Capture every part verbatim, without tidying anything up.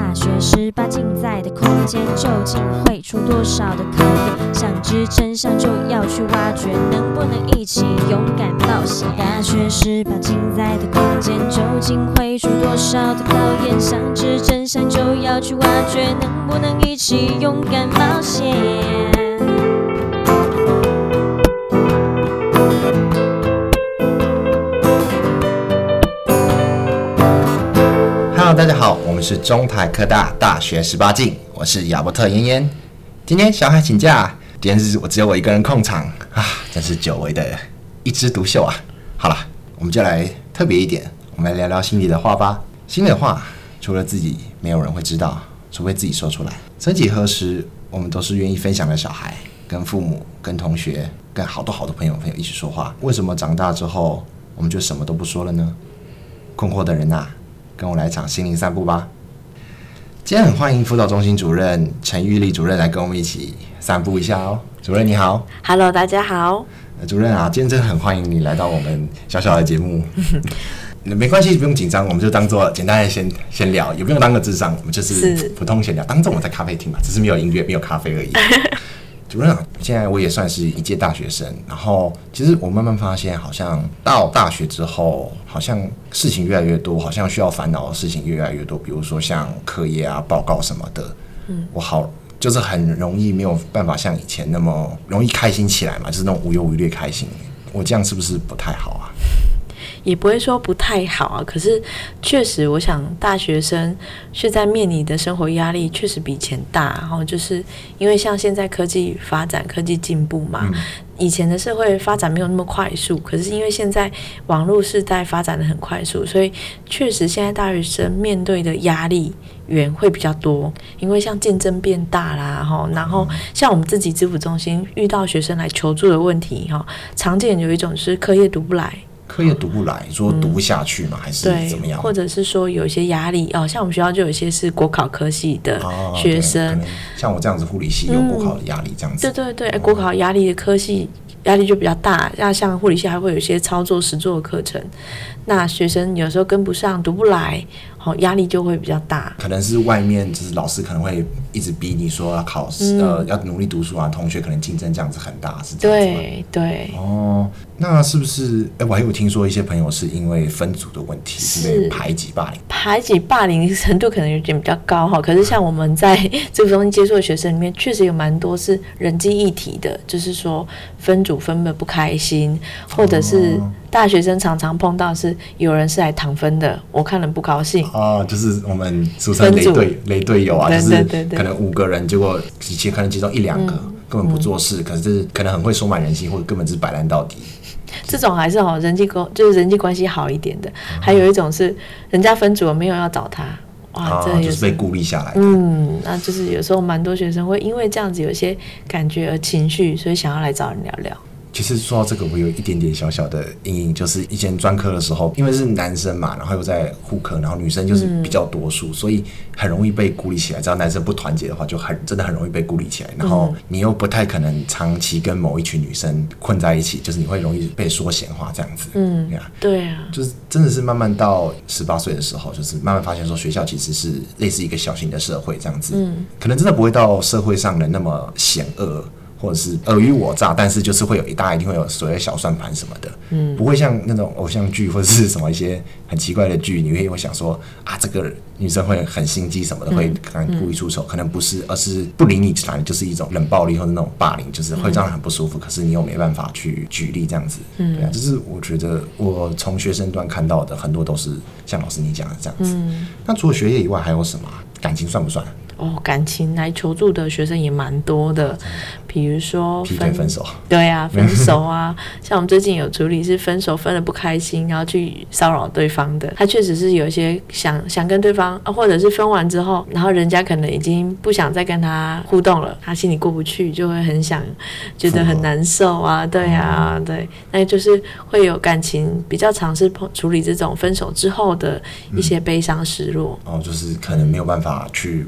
大学十八竞赛的空间究竟会出多少的考验？想知真相就要去挖掘，能不能一起勇敢冒险？大学十八竞赛的空间究竟会出多少的考验？想知真相就要去挖掘，能不能一起勇敢冒险 ？Hello， 大家好，我们是中台科大大学十八禁，我是亚伯特妍妍。今天小孩请假，今天是我只有我一个人控场啊，真是久违的一枝独秀啊！好了，我们就来特别一点，我们来聊聊心里的话吧。心里的话，除了自己，没有人会知道，除非自己说出来。曾几何时，我们都是愿意分享的小孩，跟父母、跟同学、跟好多好多朋友朋友一起说话。为什么长大之后，我们就什么都不说了呢？困惑的人啊，跟我来一场心灵散步吧。今天很欢迎辅导中心主任陈玉丽主任来跟我们一起散步一下哦。主任你好。 Hello， 大家好。 主任啊，今天真的很欢迎你来到我们小小的节目。没关系，不用紧张，我们就当做简单的闲闲聊，也不用当个智商，我们就是普通闲聊，当做我在咖啡厅嘛，只是没有音乐，没有咖啡而已。主任啊，现在我也算是一届大学生，然后其实我慢慢发现，好像到大学之后，好像事情越来越多，好像需要烦恼的事情越来越多，比如说像课业啊、报告什么的，嗯，我好就是很容易没有办法像以前那么容易开心起来嘛，就是那种无忧无虑开心。我这样是不是不太好啊？ 也不会说不太好啊，可是确实我想大学生现在面临的生活压力确实比以前大，然后就是因为像现在科技发展科技进步嘛、嗯、以前的社会发展没有那么快速，可是因为现在网络时代发展的很快速，所以确实现在大学生面对的压力源会比较多，因为像竞争变大啦，然后像我们自己支辅中心遇到学生来求助的问题，常见有一种是课业读不来， 课业读不来，说读不下去吗？嗯、还是怎么样？ 或者是说有一些压力哦，像我们学校就有一些是国考科系的学生， 哦、像我这样子护理系有国考的压力这样子。 嗯、对对对，国考压力的科系压力就比较大，那像护理系还会有一些操作实作的课程，那学生有时候跟不上，读不来。好，压力就会比较大， 可能是外面就是老师可能会一直逼你说要考试、嗯，呃，要努力读书啊，同学可能竞争这样子很大，是这样子吗？ 对对。 哦，那是不是？哎，我还有听说一些朋友是因为分组的问题，是被排挤霸凌， 排挤霸凌程度可能有点比较高哈。可是像我们在这个中心接触的学生里面，确实有蛮多是人际议题的，就是说分组分的不开心，或者是大学生常常碰到是有人是来躺分的，我看了不高兴。 哦，就是我们俗称雷队雷队友啊，对对对对，就是可能五个人，结果其实可能其中一两个、嗯、根本不做事、嗯，可是可能很会收买人心，或者根本就是摆烂到底。 这种还是好人际关，就是人际关系好一点的。嗯、还有一种是人家分组了没有要找他，哇，这、 哦、就是被孤立下来的。 嗯，那就是有时候蛮多学生会因为这样子有些感觉而情绪，所以想要来找人聊聊。 其实说到这个，我有一点点小小的阴影，就是以前专科的时候，因为是男生嘛，然后又在护科，然后女生就是比较多数、嗯，所以很容易被孤立起来。只要男生不团结的话，就很真的很容易被孤立起来。然后你又不太可能长期跟某一群女生困在一起，就是你会容易被说闲话这样子。嗯，对啊， 对啊， 就是真的是慢慢到十八岁的时候，就是慢慢发现说学校其实是类似一个小型的社会这样子。嗯，可能真的不会到社会上的那么险恶。或者是尔虞我诈，但是就是会有一大家一定会有所谓的小算盘什么的，嗯，不会像那种偶像剧或者是什么一些很奇怪的剧，你会会想说啊，这个女生会很心机什么的，会可能故意出丑、嗯，可能不是，而是不理你，反正就是一种冷暴力或者那种霸凌，就是会让人很不舒服，可是你又没办法去举例这样子，嗯，对啊，就是我觉得我从学生端看到的很多都是像老师你讲的这样子。嗯，那除了学业以外还有什么？感情算不算？ 哦，感情来求助的学生也蛮多的，比如说劈腿分手， 对啊，分手啊，像我们最近有处理是分手分得不开心，然后去骚扰对方的，他确实是有一些想想跟对方、啊，或者是分完之后，然后人家可能已经不想再跟他互动了，他心里过不去，就会很想，觉得很难受啊，对啊，嗯、对，那就是会有感情比较常是处理这种分手之后的一些悲伤失落， 嗯、哦，就是可能没有办法去把这个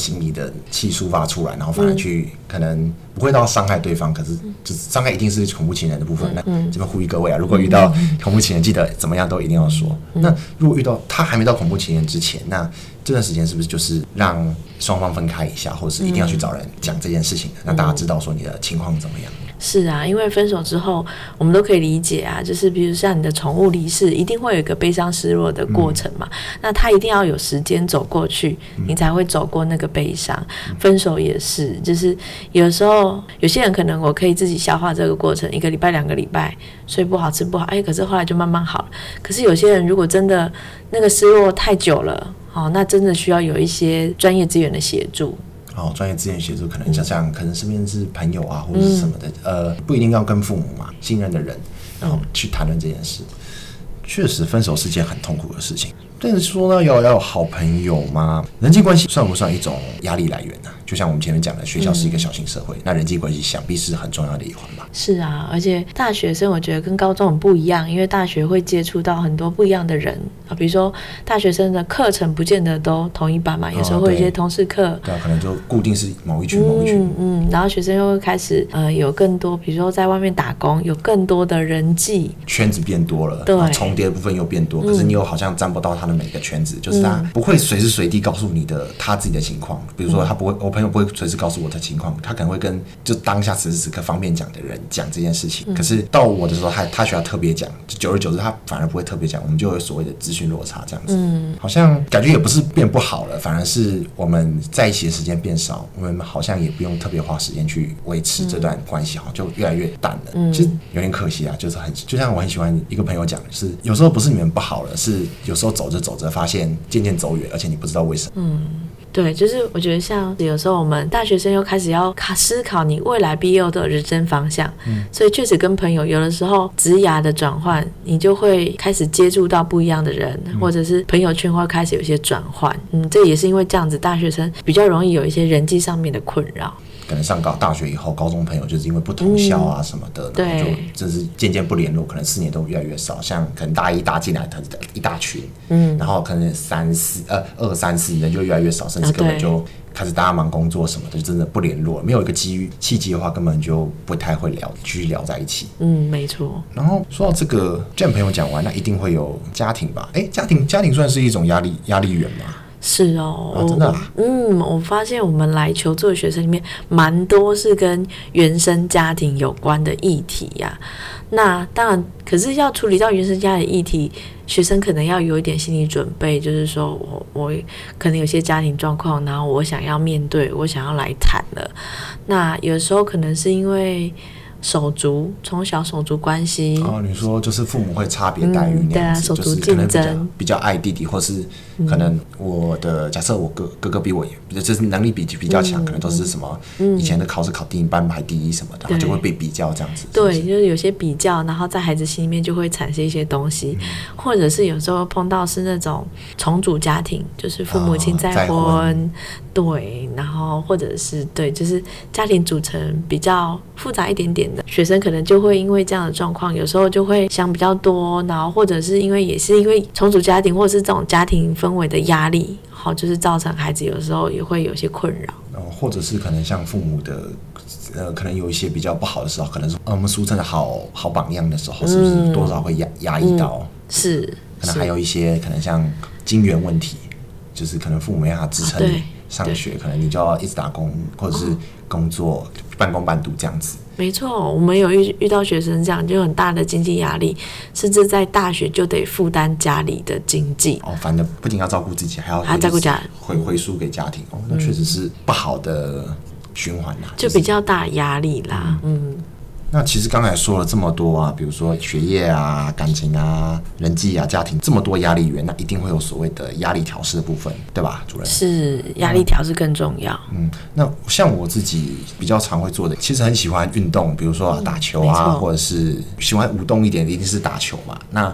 心里的气抒发出来，然后反而去、嗯、可能不会到伤害对方，可是就是伤害一定是恐怖情人的部分。嗯、那这边呼吁各位啊，如果遇到恐怖情人，记得怎么样都一定要说。嗯、那如果遇到他还没到恐怖情人之前，那这段时间是不是就是让双方分开一下，或者是一定要去找人讲这件事情的，让大家知道说你的情况怎么样？ 是啊，因为分手之后我们都可以理解啊，就是比如像你的宠物离世，一定会有一个悲伤失落的过程嘛、嗯、那他一定要有时间走过去、嗯、你才会走过那个悲伤、嗯、分手也是，就是有时候有些人可能我可以自己消化这个过程，一个礼拜两个礼拜睡不好吃不好，哎，可是后来就慢慢好了。可是有些人如果真的那个失落太久了、哦、那真的需要有一些专业资源的协助。 哦，专业资源协助可能像像、嗯、可能身边是朋友啊，或者是什么的，嗯、呃，不一定要跟父母嘛，信任的人，然后去谈论这件事。确实，分手是件很痛苦的事情。但是说呢，要要有好朋友吗？人际关系算不算一种压力来源呢、啊？就像我们前面讲的，学校是一个小型社会，嗯、那人际关系想必是很重要的一环吧。 是啊，而且大学生我觉得跟高中很不一样，因为大学会接触到很多不一样的人啊，比如说大学生的课程不见得都同一班嘛，有时候会有一些通识课、哦， 对啊，可能就固定是某一群某一群， 嗯嗯，然后学生又会开始呃有更多，比如说在外面打工，有更多的人际圈子变多了，对，重叠的部分又变多，可是你又好像沾不到他的每个圈子。就是他不会随时随地告诉你的他自己的情况，比如说他不会，我朋友不会随时告诉我的情况，他可能会跟就当下此时此刻方便讲的人讲这件事情。可是到我的时候，他他需要特别讲，久而久之他反而不会特别讲，我们就有所谓的资讯落差这样子。嗯，好像感觉也不是变不好了，反而是我们在一起的时间变少，我们好像也不用特别花时间去维持这段关系，好像就越来越淡了。嗯，其实有点可惜啊，就是很就像我很喜欢一个朋友讲，就是有时候不是你们不好了，是有时候走着走着发现。渐渐走远，而且你不知道为什么。嗯， 对，就是我觉得像有时候我们大学生又开始要思考你未来毕业的人生方向，嗯，所以确实跟朋友有的时候职涯的转换，你就会开始接触到不一样的人，嗯、或者是朋友圈会开始有一些转换。嗯，这也是因为这样子，大学生比较容易有一些人际上面的困扰。 可能上高大学以后，高中朋友就是因为不同校啊什么的，嗯、然后就真是渐渐不联络，可能四年都越来越少。像可能大一大进来的一大群，嗯，然后可能三四呃二三四人就越来越少，甚至根本就开始大家忙工作什么的，就真的不联络，没有一个机遇契机的话，根本就不太会聊，继续聊在一起。 嗯，没错。 然后说到这个，既然朋友讲完，那一定会有家庭吧？哎，家庭家庭算是一种压力压力源吗？ 是哦， 啊、真的啊， 嗯，我发现我们来求助的学生里面，蛮多是跟原生家庭有关的议题呀、啊。那当然，可是要处理到原生家庭议题，学生可能要有一点心理准备，就是说我我可能有些家庭状况，然后我想要面对，我想要来谈了。那有时候可能是因为手足从小手足关系哦，你说就是父母会差别待遇那样子，嗯、对啊，就是可能比较比较爱弟弟，或是可能我的、嗯、假设我哥哥哥比我就是能力比比较强、嗯，可能都是什么、嗯、以前的考试考第一班排第一什么的，然后就会被比较这样子。 对， 是是就是有些比较，然后在孩子心里面就会产生一些东西，嗯、或者是有时候碰到是那种重组家庭，就是父母亲再婚。哦，再婚对，然后或者是对，就是家庭组成比较复杂一点点的学生，可能就会因为这样的状况，有时候就会想比较多，然后或者是因为也是因为重组家庭，或者是这种家庭氛围的压力，好，就是造成孩子有时候也会有些困扰。 哦，或者是可能像父母的，呃，可能有一些比较不好的时候，可能是、呃、我们俗称的好好榜样的时候，是不是多少会压压抑到？ 嗯、是， 可能还有一些可能像金源问题，就是可能父母没办法支撑你。上学可能你就要一直打工，或者是工作、哦、半工半读这样子。 没错，我们有 遇, 遇到学生这样，就有很大的经济压力，甚至在大学就得负担家里的经济。 哦，反正不仅要照顾自己，还要还要照顾家人， 回回输给家庭。哦，那确实是不好的循环啦、 嗯，就比较大压力啦。嗯。嗯， 那其实刚才说了这么多啊，比如说学业啊、感情啊、人际啊、家庭这么多压力源，那一定会有所谓的压力调试的部分，对吧，主任？ 是，压力调试更重要。 嗯，那像我自己比较常会做的，其实很喜欢运动，比如说、啊、打球啊，或者是喜欢舞动一点的，一定是打球嘛。那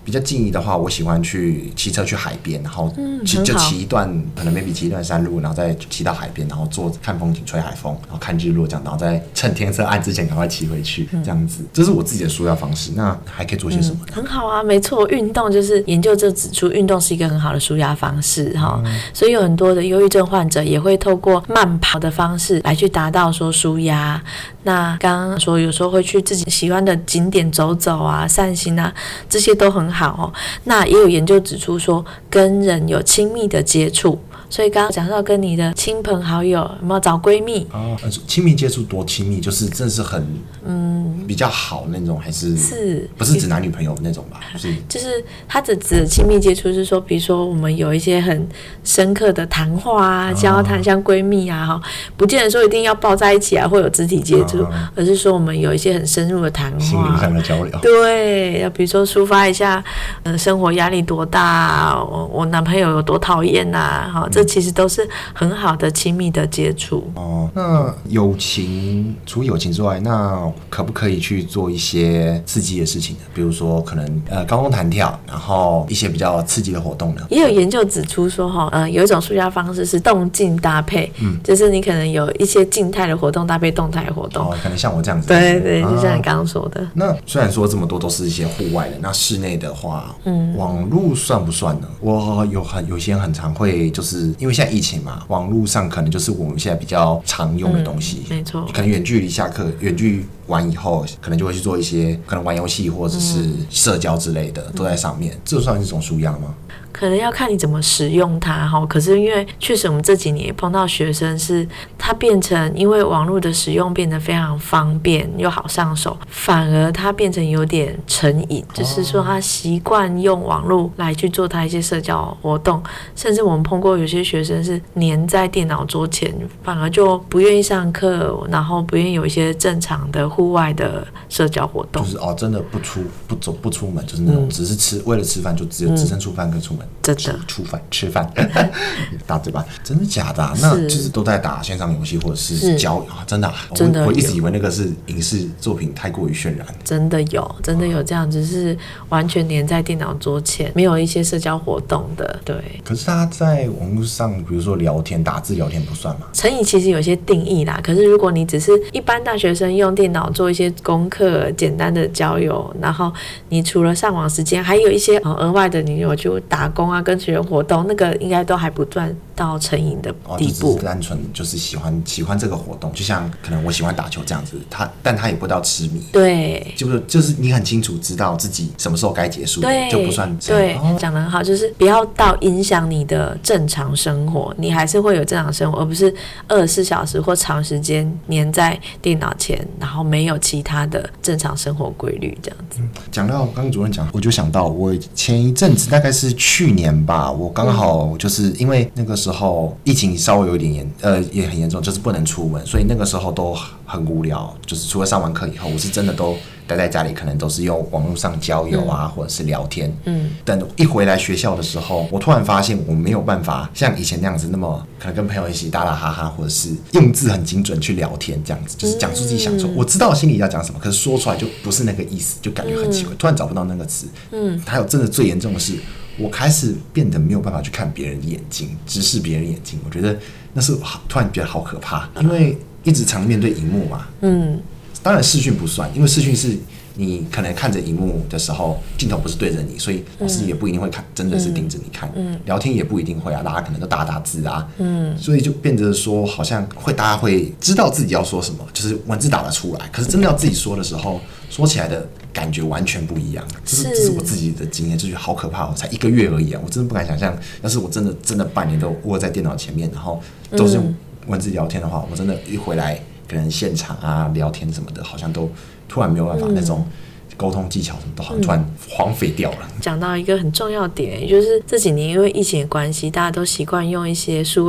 比较近的话，我喜欢去骑车去海边，然后就、嗯、就骑一段，可能 maybe 骑一段山路，然后再骑到海边，然后坐看风景、吹海风，然后看日落这样，然后再趁天色暗之前赶快骑回去，嗯、这样子，这是我自己的舒压方式。那还可以做些什么呢？ 嗯、很好啊，没错，运动就是研究就指出，运动是一个很好的舒压方式哈、嗯，所以有很多的忧郁症患者也会透过慢跑的方式来去达到说舒压。那刚刚说有时候会去自己喜欢的景点走走啊、散心啊，这些都很好哦。那也有研究指出说，跟人有亲密的接触。所以刚刚讲到跟你的亲朋好友有没有找闺蜜哦？亲密接触多亲密？就是真的是很嗯比较好那种，还是是不是指男女朋友那种吧？是就是他的指的亲密接触是说，比如说我们有一些很深刻的谈话啊、交谈，像闺蜜啊哈，不见得说一定要抱在一起啊，或有肢体接触，哦、而是说我们有一些很深入的谈话， 心灵上的交流。 对，比如说抒发一下，嗯、呃，生活压力多大、啊，我我男朋友有多讨厌呐，哈。这其实都是很好的亲密的接触哦。那友情除友情之外，那可不可以去做一些刺激的事情呢？比如说可能呃高空弹跳，然后一些比较刺激的活动呢？ 也有研究指出说哈，呃有一种舒压方式是动静搭配，嗯，就是你可能有一些静态的活动搭配动态的活动， 哦，可能像我这样子， 对对，就像你刚刚说的。 啊、那虽然说这么多都是一些户外的，那室内的话，嗯，网络算不算呢？我有很有些人很常会就是。因为现在疫情嘛，网络上可能就是我们现在比较常用的东西， 嗯、没错。 可能远距离下课，远距完以后，可能就会去做一些可能玩游戏或者是社交之类的，嗯、都在上面。这算是一种舒压吗？ 可能要看你怎么使用它哈。可是因为确实我们这几年也碰到学生是，他变成因为网络的使用变得非常方便又好上手，反而他变成有点成瘾，哦、就是说他习惯用网络来去做他一些社交活动，甚至我们碰过有些学生是黏在电脑桌前，反而就不愿意上课，然后不愿意有一些正常的户外的社交活动， 就是哦，真的不出不走不出门，就是那种、嗯、只是吃为了吃饭就只有只剩出饭跟出门。 真的吃饭吃饭打嘴巴，真的假的、啊？那就是都在打线上游戏或者是交友、啊，真的、啊， 真的我， 我一直以为那个是影视作品太过于渲染。 真的有，真的有这样，只是完全黏在电脑桌前，没有一些社交活动的。对。 可是他在网络上，比如说聊天、打字聊天不算吗？ 成瘾其实有些定义啦，可是如果你只是一般大学生用电脑做一些功课、简单的交友，然后你除了上网时间，还有一些额外的，你有去打工啊，跟学员活动，那个应该都还不算到成瘾的地步。 哦，就只是单纯就是喜欢喜欢这个活动，就像可能我喜欢打球这样子，他但他也不到痴迷。 对， 就是就是你很清楚知道自己什么时候该结束，对，就不算成瘾。 对，讲得很好，就是不要到影响你的正常生活，你还是会有正常生活，而不是二十四小时或长时间黏在电脑前，然后没有其他的正常生活规律这样子。 讲、嗯、到刚刚主任讲，我就想到我前一阵子大概是去年吧，我刚好就是因为那个时候疫情稍微有点严，呃，也很严重，就是不能出门，所以那个时候都很无聊，就是除了上完课以后，我是真的都待在家里，可能都是用网络上交友啊，嗯、或者是聊天。嗯，等一回来学校的时候，我突然发现我没有办法像以前那样子，那么可能跟朋友一起打打哈哈，或者是用字很精准去聊天，这样子就是讲出自己想说，嗯、我知道心里要讲什么，可是说出来就不是那个意思，就感觉很奇怪，嗯、突然找不到那个词。嗯，还有真的最严重的是，我开始变得没有办法去看别人的眼睛，直视别人的眼睛，我觉得那是突然觉得好可怕，因为一直常面对荧幕嘛。嗯。当然视讯不算，因为视讯是你可能看着荧幕的时候，镜头不是对着你，所以老师也不一定会看，真的是盯着你看。嗯，聊天也不一定会啊，大家可能都打打字啊。嗯，所以就变得说，好像会大家会知道自己要说什么，就是文字打得出来，可是真的要自己说的时候，说起来的感觉完全不一样。这是这是我自己的经验，就觉得好可怕哦！才一个月而已啊，我真的不敢想象，要是我真的真的半年都窝在电脑前面，然后都是用文字聊天的话，我真的一回来。可能现场啊、聊天什么的，好像都突然没有办法，嗯、那种沟通技巧什么都好像突然荒废掉了。讲、 嗯、到一个很重要的点，就是这几年因为疫情的关系，大家都习惯用一些数位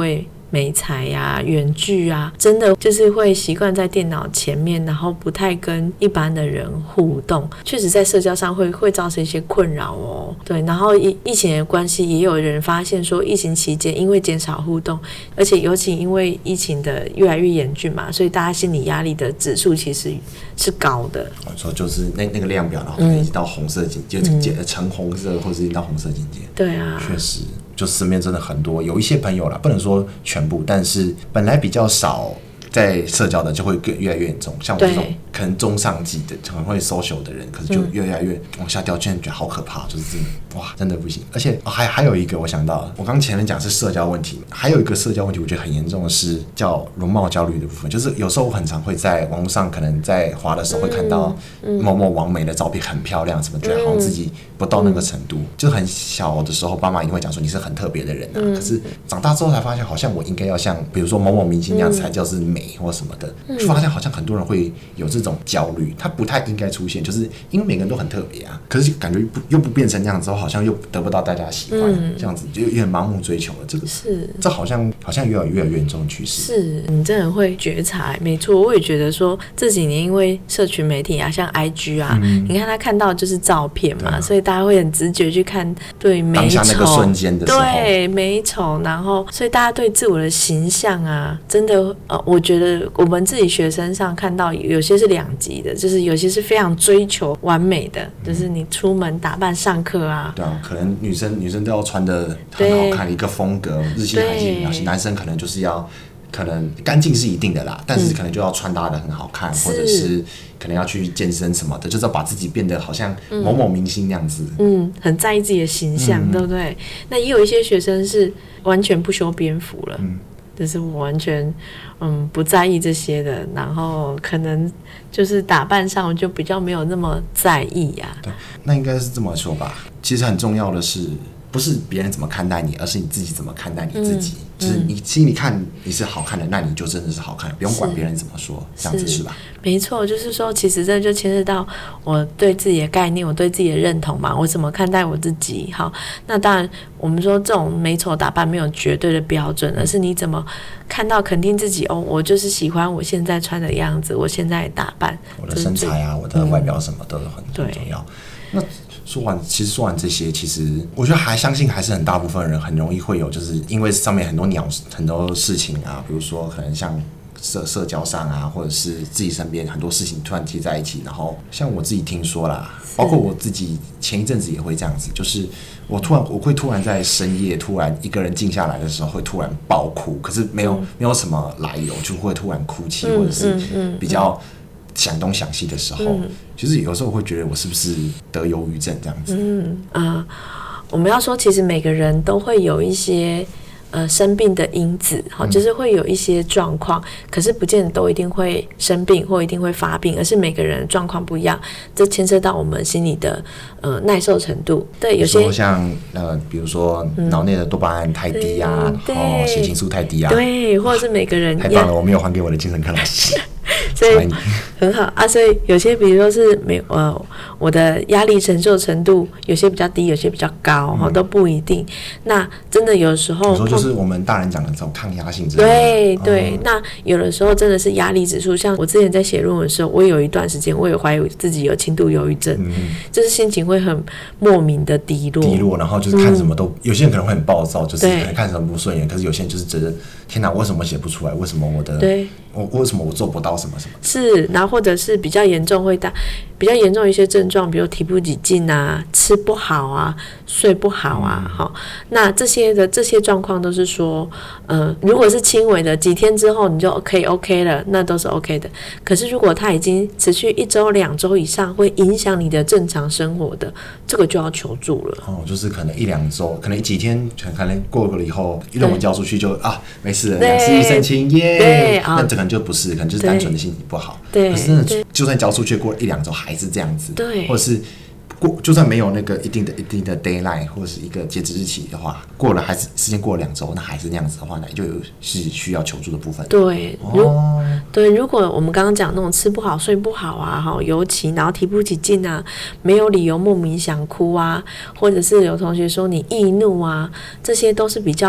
媒材呀、远距啊，真的就是会习惯在电脑前面，然后不太跟一般的人互动，确实在社交上会会造成一些困扰哦。对，然后疫疫情的关系，也有人发现说，疫情期间因为减少互动，而且尤其因为疫情的越来越严峻嘛，所以大家心理压力的指数其实是高的。 我说就是那那个量表，然后可能已经到红色警戒，就橙红色，或者是到红色警戒。 对啊， 确实，就身边真的很多，有一些朋友啦，不能说全部，但是本来比较少在社交的，就会更越来越严重。像我这种可能中上级的，很会 social 的人，可是就越来越往下掉，真的觉得好可怕，就是真的哇，真的不行。而且、哦、还还有一个，我想到，我刚前面讲是社交问题，还有一个社交问题，我觉得很严重的是叫容貌焦虑的部分，就是有时候我很常会在网络上，可能在滑的时候会看到某某网美的照片很漂亮，什么觉得好像自己不到那个程度，就很小的时候，爸妈一定会讲说你是很特别的人啊，可是长大之后才发现，好像我应该要像比如说某某明星那样子才叫是美。或什么的，就发现好像很多人会有这种焦虑，他不太应该出现，就是因为每个人都很特别啊，可是感觉不又不变成那样之后，好像又得不到大家喜欢，嗯、这样子就有点盲目追求了。这个是，这好像好像越来越来越严重的趋势。 是你真的会觉察，没错，我也觉得说这几年因为社群媒体啊，像 I G 啊，嗯、你看他看到就是照片嘛，啊、所以大家会很直觉去看对美丑，当下那个瞬间的时候， 对美丑，然后所以大家对自我的形象啊，真的呃，我觉得。我们自己学生上看到有些是两极的，就是有些是非常追求完美的，嗯、就是你出门打扮上课啊， 对啊，可能女生女生都要穿得很好看，一个风格日系韩系，男生可能就是要可能干净是一定的啦，但是可能就要穿搭的很好看，嗯、或者是可能要去健身什么的，就是要把自己变得好像某某明星那样子， 嗯，很在意自己的形象，嗯、对不对？那也有一些学生是完全不修边幅了，嗯。就是我完全嗯不在意这些的，然后可能就是打扮上就比较没有那么在意呀、啊。 对，那应该是这么说吧。其实很重要的是，不是别人怎么看待你，而是你自己怎么看待你自己。嗯、就是你心里看你是好看的，那你就真的是好看的，不用管别人怎么说，这样子是吧？ 没错，就是说，其实这就牵涉到我对自己的概念，我对自己的认同嘛，我怎么看待我自己。好，那当然，我们说这种美丑打扮没有绝对的标准，而是你怎么看到肯定自己哦，我就是喜欢我现在穿的样子，我现在的打扮， 我的身材啊，我的外表什么都很很重要。那说完，其实说完这些，其实我觉得还相信还是很大部分人很容易会有，就是因为上面很多鸟很多事情啊，比如说可能像社社交上啊，或者是自己身边很多事情突然贴在一起，然后像我自己听说啦，包括我自己前一阵子也会这样子，就是我突然我会突然在深夜突然一个人静下来的时候会突然爆哭，可是没有、嗯、没有什么来由，就会突然哭泣，或者是比较想东想西的时候，嗯、就是有时候我会觉得我是不是得忧郁症这样子。 嗯啊、呃，我们要说，其实每个人都会有一些。呃，生病的因子，好，就是会有一些状况，嗯、可是不见得都一定会生病或一定会发病，而是每个人的状况不一样，这牵涉到我们心理的呃耐受程度。对，有些像呃，比如说脑内的多巴胺太低啊，然后血清素太低啊， 对，或者是每个人太棒了，我没有还给我的精神科老师。 所以很好啊，所以有些比如说是没呃我的压力承受程度有些比较低，有些比较高，嗯、都不一定。那真的有时候， 有时候就是我们大人讲的这种抗压性， 对对。嗯、那有的时候真的是压力指数，像我之前在写论文的时候，我有一段时间我也怀疑自己有轻度忧郁症，嗯、就是心情会很莫名的低落， 低落，然后就是看什么都，嗯、有些人可能会很暴躁，就是可能看什么不顺眼，可是有些人就是觉得天哪，为什么写不出来？为什么我的对我为什么我做不到什么什么？ 是，然后或者是比较严重会大，比较严重一些症状，比如提不起劲啊，吃不好啊，睡不好啊，好、嗯，那这些的这些状况都是说，呃，如果是轻微的，几天之后你就 OK OK 了，那都是 OK 的。可是如果它已经持续一周、两周以上，会影响你的正常生活的，这个就要求助了。 哦，就是可能一两周，可能几天，可能过了以后，论文交出去就啊没事了，两事一身轻耶，那这可能就不是，可能就是单纯的心情不好。对，可是真的就算交出去过一两周还是这样子，对，或者是过就算没有那个一定的一定的 deadline 或者是一个截止日期的话，过了还是时间过了两周，那还是那样子的话，那就有是需要求助的部分。 对，哦，对，如果我们刚刚讲那种吃不好、睡不好啊，哈，尤其然后提不起劲啊，没有理由莫名想哭啊，或者是有同学说你易怒啊，这些都是比较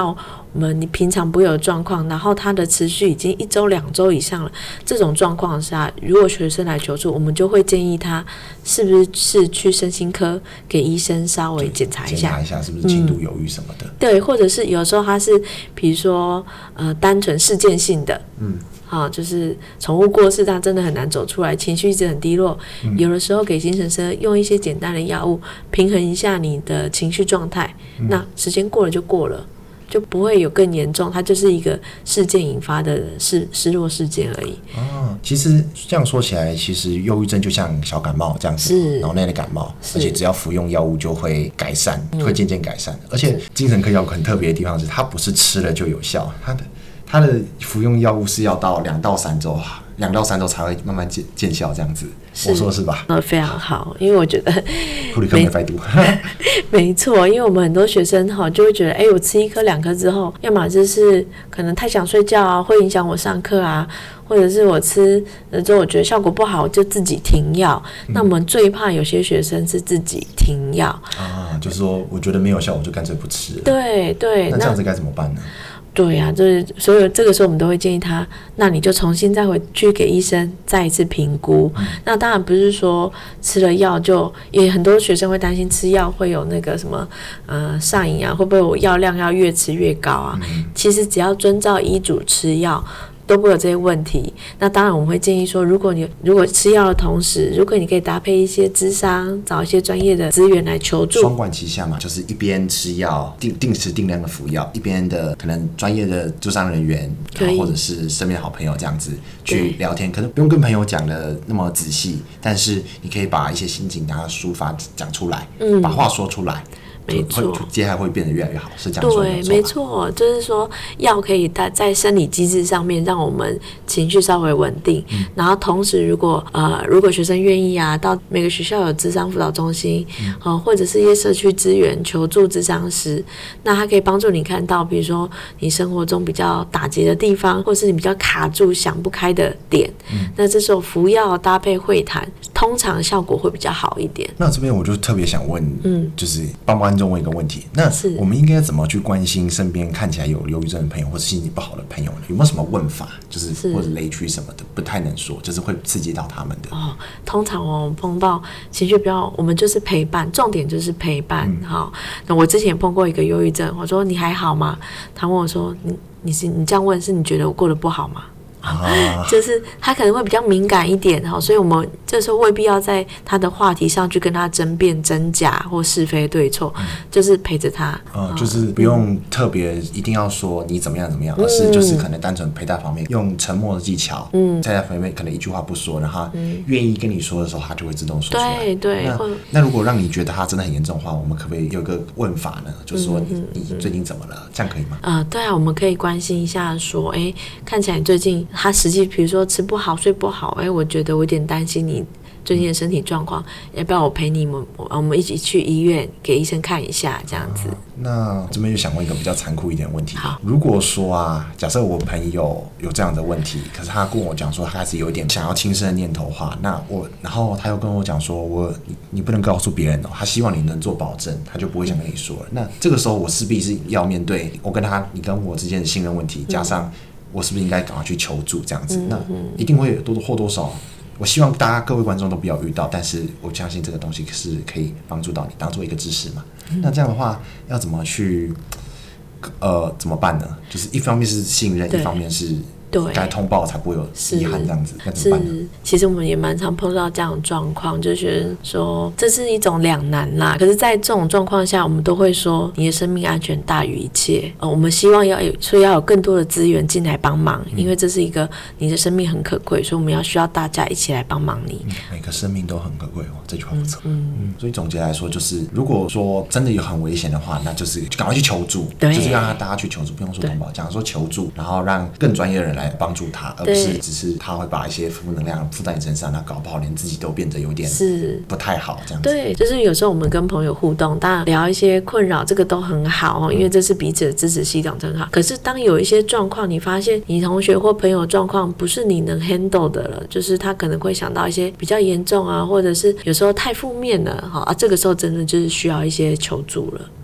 我们你平常不会有状况，然后它的持续已经一周两周以上了，这种状况下，如果学生来求助，我们就会建议他是不是去身心科给医生稍微检查一下， 检查一下是不是轻度忧郁什么的、嗯。 对，或者是有时候他是比如说呃单纯事件性的，嗯。好、哦，就是宠物过世，他真的很难走出来，情绪一直很低落。嗯、有的时候给精神科用一些简单的药物平衡一下你的情绪状态、嗯，那时间过了就过了，就不会有更严重。它就是一个事件引发的失失落事件而已。 哦，其实这样说起来，其实忧郁症就像小感冒这样子，脑内的感冒，而且只要服用药物就会改善，嗯、会渐渐改善。而且精神科药物很特别的地方是，它不是吃了就有效，它的。它的服用药物是要到两到三周，两到三周才会慢慢见见效，这样子，我说是吧？ 呃，非常好，因为我觉得普里克没白读， 没错，因为我们很多学生哈就会觉得，哎，我吃一颗两颗之后，要么就是可能太想睡觉啊，会影响我上课啊，或者是我吃了之后我觉得效果不好，就自己停药。嗯、那我们最怕有些学生是自己停药啊，就是说我觉得没有效，我就干脆不吃了。 对对， 那这样子该怎么办呢？ 对呀、啊，就是所以这个时候我们都会建议他，那你就重新再回去给医生再一次评估。嗯、那当然不是说吃了药就，也很多学生会担心吃药会有那个什么呃上瘾啊，会不会我药量要越吃越高啊？嗯、其实只要遵照医嘱吃药，都不会有这些问题。那当然我们会建议说，如果你如果吃药的同时，如果你可以搭配一些諮商，找一些专业的资源来求助， 双管齐下嘛，就是一边吃药定定时定量的服药，一边的可能专业的諮商人员，或者是身边的好朋友这样子去聊天，可能不用跟朋友讲的那么仔细，但是你可以把一些心情给他抒发讲出来，嗯，把话说出来。 没错， 接下来会变得越来越好，是这样说的。 对，没错，就是说药可以在生理机制上面让我们情绪稍微稳定，嗯、然后同时如果呃如果学生愿意啊，到每个学校有諮商辅导中心，嗯呃、或者是一些社区资源求助諮商师，那他可以帮助你看到，比如说你生活中比较打结的地方，或是你比较卡住想不开的点，嗯、那这时候服药搭配会谈，通常效果会比较好一点。 那这边我就特别想问，嗯，就是帮帮观众问一个问题，那我们应该怎么去关心身边看起来有忧郁症的朋友或者心情不好的朋友呢？有没有什么问法，就是或者雷区什么的不太能说，就是会刺激到他们的？ 哦，通常我们碰到情绪比较，我们就是陪伴，重点就是陪伴。好、嗯，那我之前也碰过一个忧郁症，我说你还好吗？他问我说你你是你这样问是你觉得我过得不好吗？啊、就是他可能会比较敏感一点，所以我们这时候未必要在他的话题上去跟他争辩真假或是非对错，嗯、就是陪着他、 呃，就是不用特别一定要说你怎么样怎么样，嗯、而是就是可能单纯陪在旁边，用沉默的技巧，嗯，在他旁边可能一句话不说，然后他愿意跟你说的时候，他就会自动说出来。 对对。 那那如果让你觉得他真的很严重的话，我们可不可以有个问法呢？就是说你、嗯、你最近怎么了？这样可以吗？ 呃，对啊，我们可以关心一下，说，哎，看起来你最近。他实际比如说吃不好睡不好，哎，我觉得我有点担心你最近的身体状况，要不要我陪你们我们一起去医院给医生看一下这样子、啊、 那这边就想问一个比较残酷一点的问题。好，如果说啊，假设我朋友有这样的问题，可是他跟我轻说他开始有一点想要轻生的念头的话，那我然后他又跟我讲说我 你, 你不能告诉别人哦，他希望你能做保证，他就不会想跟你说了。那这个时候我势必是要面对我跟他你跟我之间的信任问题，加上我是不是应该赶快去求助这样子、嗯、那一定会多或多少，我希望大家各位观众都不要遇到，但是我相信这个东西是可以帮助到你，当做一个知识嘛、嗯、那这样的话要怎么去呃怎么办呢？就是一方面是信任，一方面是对该通报才不会有遗憾，这样子该怎么办呢？ 其实我们也蛮常碰到这样的状况，就是说这是一种两难啦。可是在这种状况下，我们都会说你的生命安全大于一切、呃、我们希望要有所以要有更多的资源进来帮忙、嗯、因为这是一个你的生命很可贵，所以我们要需要大家一起来帮忙你、 嗯、每个生命都很可贵哦，这句话不错。 嗯, 嗯所以总结来说，就是如果说真的有很危险的话，那就是就赶快去求助，就是让大家去求助，不用说通报，讲说求助，然后让更专业的人来帮助他，而不是只是他会把一些负能量负在你身上，那搞不好连自己都变得有点是不太好这样子。 对，就是有时候我们跟朋友互动，当然聊一些困扰，这个都很好，因为这是彼此的支持系统很好。可是当有一些状况，你发现你同学或朋友状况不是你能 handle 的了，就是他可能会想到一些比较严重啊，或者是有时候太负面了啊，这个时候真的就是需要一些求助了。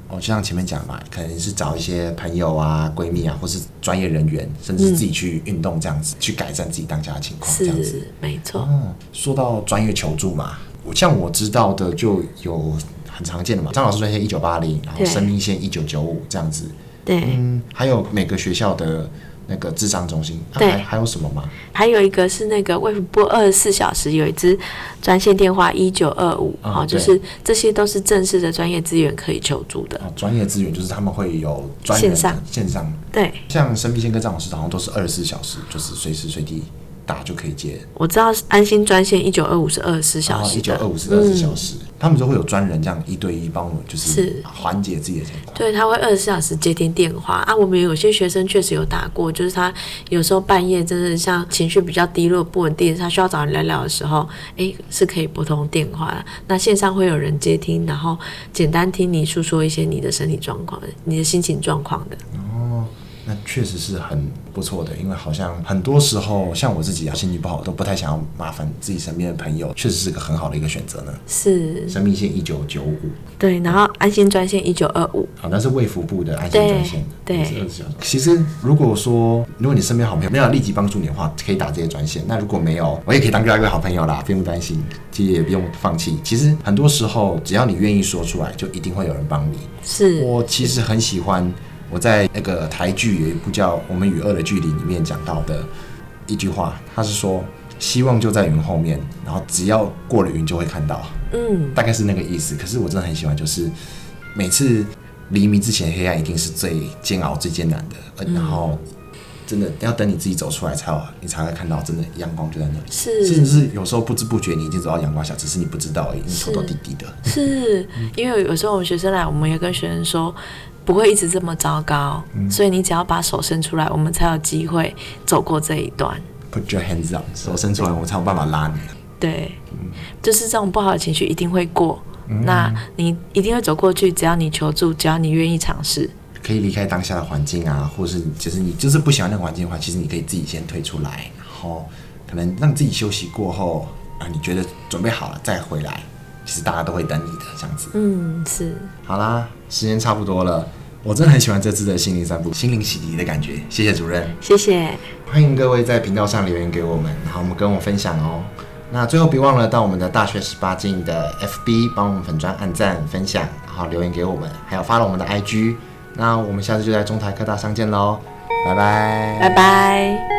哦，就像前面讲嘛，可能是找一些朋友啊、闺蜜啊，或是专业人员，甚至自己去运动这样子，嗯、去改善自己当下的情况，这样子。 是，没错。 哦，说到专业求助嘛，我像我知道的就有很常见的嘛，张老师专线一九八零，然后生命线一九九五这样子。 对， 嗯，还有每个学校的那个智商中心，啊、 对， 还还有什么吗？ 还有一个是那个卫福部二十四小时有一支专线电话一九二五，好，就是这些都是正式的专业资源可以求助的。 哦，专业资源就是他们会有专人线上线上， 对， 像生命线跟张老师好像都是二十四小时，就是随时随地打就可以接。 我知道安心专线一九二五是二十四小时的， 一九二五是二十四小时，嗯、他们就会有专人这样一对一帮我们，就是缓解自己的情况。 对，他会二十四小时接听电话啊。我们有些学生确实有打过，就是他有时候半夜真的像情绪比较低落、不稳定，他需要找人聊聊的时候，哎，是可以拨通电话的。那线上会有人接听，然后简单听你诉说一些你的身体状况、你的心情状况的。 哦。那确实是很不错的，因为好像很多时候，像我自己啊，心情不好都不太想要麻烦自己身边的朋友，确实是个很好的一个选择呢。 是。 生命线一九九五。 对，然后安心专线一九二五。 好，那是卫福部的安心专线。 对。 是二十四小时。其实如果说，如果你身边好朋友没有立即帮助你的话，可以打这些专线。那如果没有，我也可以当第二个好朋友啦，不用担心，其实也不用放弃。其实很多时候，只要你愿意说出来，就一定会有人帮你。 是。 我其实很喜欢。我在那个台剧有一部叫《我们与恶的距离》里面讲到的一句话，他是说希望就在云后面，然后只要过了云就会看到，嗯，大概是那个意思。可是我真的很喜欢，就是每次黎明之前，黑暗一定是最煎熬、最艰难的，嗯、然后真的要等你自己走出来才有，你才会看到真的阳光就在那里。 是， 甚至是有时候不知不觉你已经走到阳光下，只是你不知道而已，你头都低低的。 是因为有时候我们学生来，我们也跟学生说。不会一直这么糟糕，嗯、所以你只要把手伸出来，我们才有机会走过这一段。 Put your hands up， 手伸出来，我才有办法拉你。 对，嗯、就是这种不好的情绪一定会过，嗯、那你一定会走过去。只要你求助，只要你愿意尝试， 可以离开当下的环境啊，或是就是你就是不喜欢那个环境的话，其实你可以自己先退出来，然后可能让自己休息过后啊，你觉得准备好了再回来。其实大家都会等你的，这样子。嗯，是。好啦，时间差不多了，我真的很喜欢这次的心灵散步，心灵洗涤的感觉。谢谢主任， 谢谢。 欢迎各位在频道上留言给我们，然后我们跟我分享哦。那最后别忘了到我们的大学十八禁的 F B 帮我们粉专按赞分享，然后留言给我们，还有follow我们的 I G。那我们下次就在中台科大相见喽，拜拜， 拜拜。